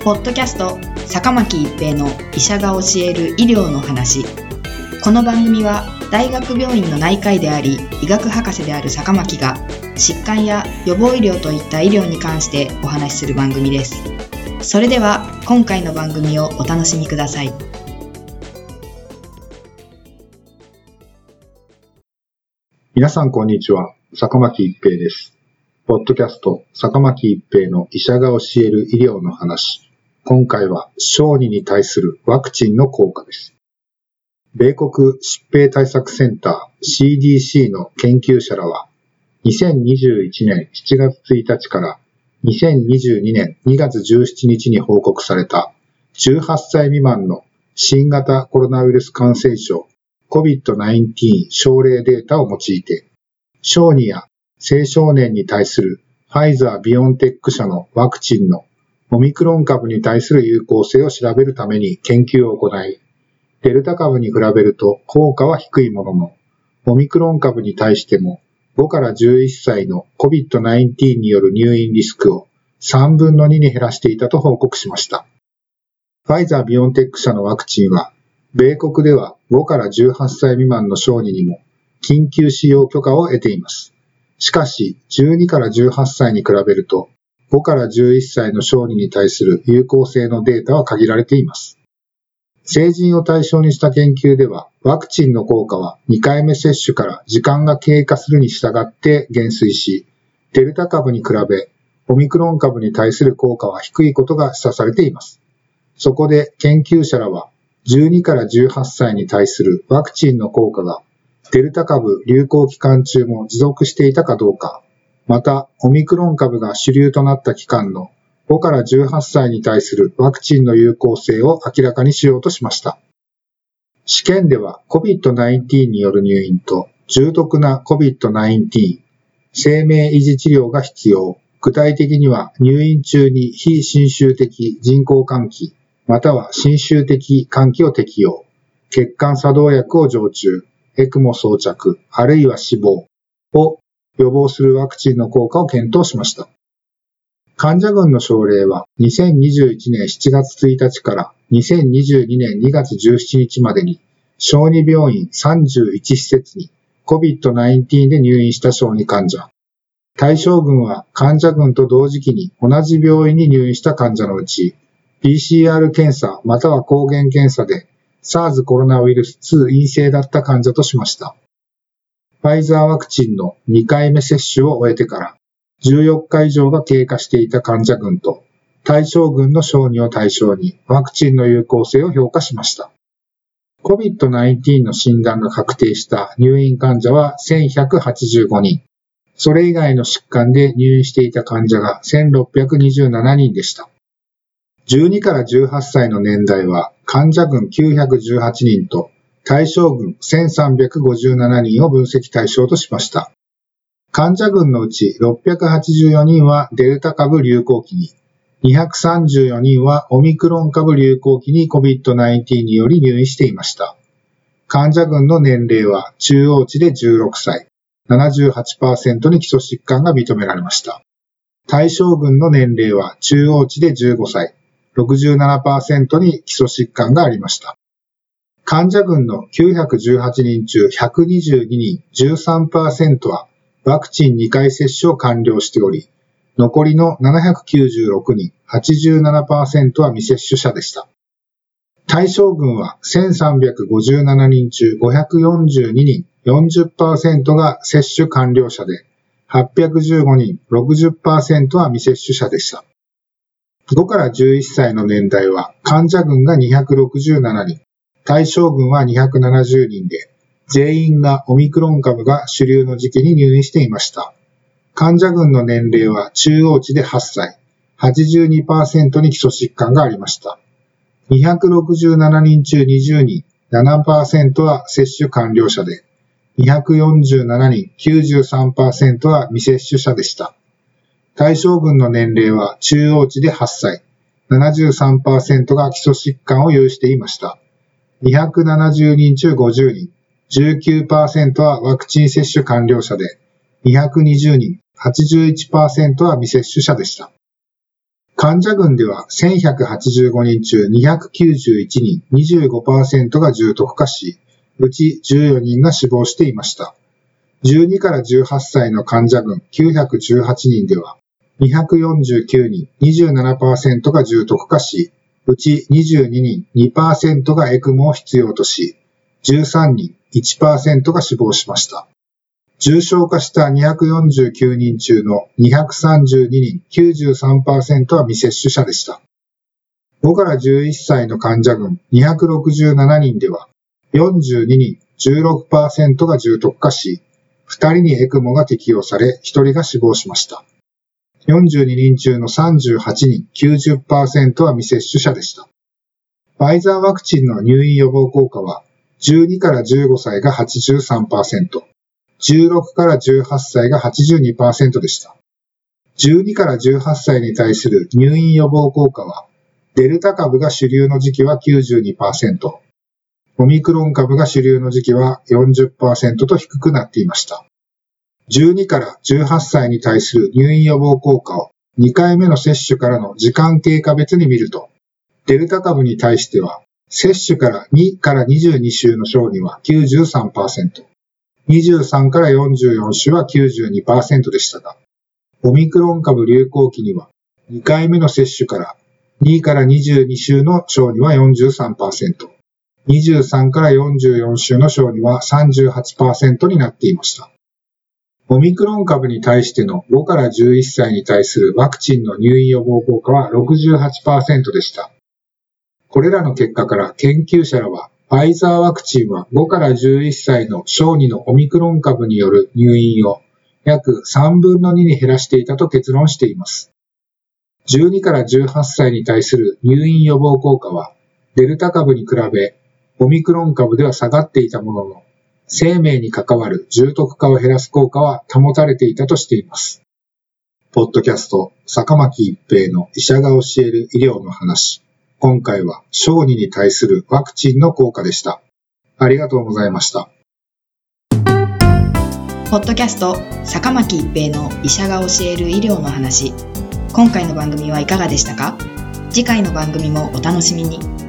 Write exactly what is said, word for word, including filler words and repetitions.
ポッドキャスト坂巻一平の医者が教える医療の話。この番組は大学病院の内科医であり医学博士である坂巻が疾患や予防医療といった医療に関してお話しする番組です。それでは今回の番組をお楽しみください。 皆さんこんにちは、坂巻一平です。ポッドキャスト坂巻一平の医者が教える医療の話。今回は小児に対するワクチンの効果です。米国疾病対策センター シーディーシー の研究者らは、にせんにじゅういちねんしちがつついたちからにせんにじゅうにねんにがつじゅうしちにちに報告されたじゅうはっさい未満の新型コロナウイルス感染症 コビッドナインティーン 症例データを用いて、小児や青少年に対するファイザー・ビオンテック社のワクチンのオミクロン株に対する有効性を調べるために研究を行い、デルタ株に比べると効果は低いものの、オミクロン株に対してもごからじゅういっさいの コビッドナインティーン による入院リスクをさんぶんのにに減らしていたと報告しました。ファイザー・ビオンテック社のワクチンは、米国ではごからじゅうはっさい未満の小児にも緊急使用許可を得ています。しかし、じゅうにからじゅうはっさいに比べると、ごからじゅういっさいの小児に対する有効性のデータは限られています。成人を対象にした研究では、ワクチンの効果はにかいめ接種から時間が経過するに従って減衰し、デルタ株に比べ、オミクロン株に対する効果は低いことが示唆されています。そこで研究者らは、じゅうにからじゅうはっさいに対するワクチンの効果が、デルタ株流行期間中も持続していたかどうか、また、オミクロン株が主流となった期間のごからじゅうはっさいに対するワクチンの有効性を明らかにしようとしました。試験では コビッドナインティーン による入院と重篤な コビッドナインティーン、生命維持治療が必要、具体的には入院中に非侵襲的人工換気、または侵襲的換気を適用、血管作動薬を常駐、エクモ装着、あるいは死亡を予防するワクチンの効果を検討しました。患者群の症例はにせんにじゅういちねんしちがつついたちからにせんにじゅうにねんにがつじゅうしちにちまでに小児病院さんじゅういちしせつに コビッドナインティーン で入院した小児患者。対象群は患者群と同時期に同じ病院に入院した患者のうち ピーシーアール 検査または抗原検査で SARS コロナウイルスツー陰性だった患者としました。ファイザーワクチンのにかいめ接種を終えてからじゅうよっか以上が経過していた患者群と対象群の小児を対象にワクチンの有効性を評価しました。コビッドナインティーン の診断が確定した入院患者はせんひゃくはちじゅうごにん、それ以外の疾患で入院していた患者がせんろっぴゃくにじゅうななにんでした。じゅうにからじゅうはっさいの年代は患者群きゅうひゃくじゅうはちにんと対象群せんさんびゃくごじゅうななにんを分析対象としました。患者群のうちろっぴゃくはちじゅうよにんはデルタ株流行期に、にひゃくさんじゅうよにんはオミクロン株流行期に コビッドナインティーン により入院していました。患者群の年齢は中央値でじゅうろくさい、ななじゅうはちパーセント に基礎疾患が認められました。対象群の年齢は中央値でじゅうごさい、ろくじゅうななパーセント に基礎疾患がありました。患者群のきゅうひゃくじゅうはちにん中ひゃくにじゅうににん、じゅうさんパーセント はワクチンにかい接種を完了しており、残りのななひゃくきゅうじゅうろくにん、はちじゅうななパーセント は未接種者でした。対象群はせんさんびゃくごじゅうななにん中ごひゃくよんじゅうににん、よんじゅっパーセント が接種完了者で、はっぴゃくじゅうごにん、ろくじゅっパーセント は未接種者でした。ごからじゅういっさいの年代は患者群がにひゃくろくじゅうななにん、対象群はにひゃくななじゅうにんで、全員がオミクロン株が主流の時期に入院していました。患者群の年齢は中央値ではっさい、はちじゅうにパーセント に基礎疾患がありました。にひゃくろくじゅうななにん中にじゅうにん、ななパーセント は接種完了者で、にひゃくよんじゅうななにん、きゅうじゅうさんパーセント は未接種者でした。対象群の年齢は中央値ではっさい、ななじゅうさんパーセント が基礎疾患を有していました。にひゃくななじゅうにん中ごじゅうにん、じゅうきゅうパーセント はワクチン接種完了者で、にひゃくにじゅうにん、はちじゅういちパーセント は未接種者でした。 患者群ではせんひゃくはちじゅうごにん中にひゃくきゅうじゅういちにん、にじゅうごパーセント が重篤化し、うちじゅうよにんが死亡していました。じゅうにからじゅうはっさいの患者群きゅうひゃくじゅうはちにんでは、にひゃくよんじゅうきゅうにん、にじゅうななパーセント が重篤化し、うちにじゅうににん、にパーセント がエクモを必要とし、じゅうさんにん、いちパーセント が死亡しました。重症化したにひゃくよんじゅうきゅうにん中のにひゃくさんじゅうににん、きゅうじゅうさんパーセント は未接種者でした。ごからじゅういっさいの患者群にひゃくろくじゅうななにんでは、よんじゅうににん、じゅうろくパーセント が重篤化し、ふたりにエクモが適用され、ひとりが死亡しました。よんじゅうににん中のさんじゅうはちにん、きゅうじゅっパーセント は未接種者でした。ファイザーワクチンの入院予防効果は、じゅうにからじゅうごさいが はちじゅうさんパーセント、じゅうろくからじゅうはっさいが はちじゅうにパーセント でした。じゅうにからじゅうはっさいに対する入院予防効果は、デルタ株が主流の時期は きゅうじゅうにパーセント、オミクロン株が主流の時期は よんじゅっパーセント と低くなっていました。じゅうにからじゅうはっさいに対する入院予防効果をにかいめの接種からの時間経過別に見ると、デルタ株に対しては、接種からにからにじゅうにしゅうの小には きゅうじゅうさんパーセント、にじゅうさんからよんじゅうよんしゅうは きゅうじゅうにパーセント でしたが、オミクロン株流行期にはにかいめの接種からにからにじゅうにしゅうの小には よんじゅうさんパーセント、にじゅうさんからよんじゅうよんしゅうの小には さんじゅうはちパーセント になっていました。オミクロン株に対してのごからじゅういっさいに対するワクチンの入院予防効果は ろくじゅうはちパーセント でした。これらの結果から研究者らは、ファイザーワクチンはごからじゅういっさいの小児のオミクロン株による入院を約さんぶんのにに減らしていたと結論しています。じゅうにからじゅうはっさいに対する入院予防効果は、デルタ株に比べ、オミクロン株では下がっていたものの、生命に関わる重篤化を減らす効果は保たれていたとしています。ポッドキャスト、坂巻一平の医者が教える医療の話。今回は小児に対するワクチンの効果でした。ありがとうございました。 ポッドキャスト、坂巻一平の医者が教える医療の話。今回の番組はいかがでしたか？次回の番組もお楽しみに。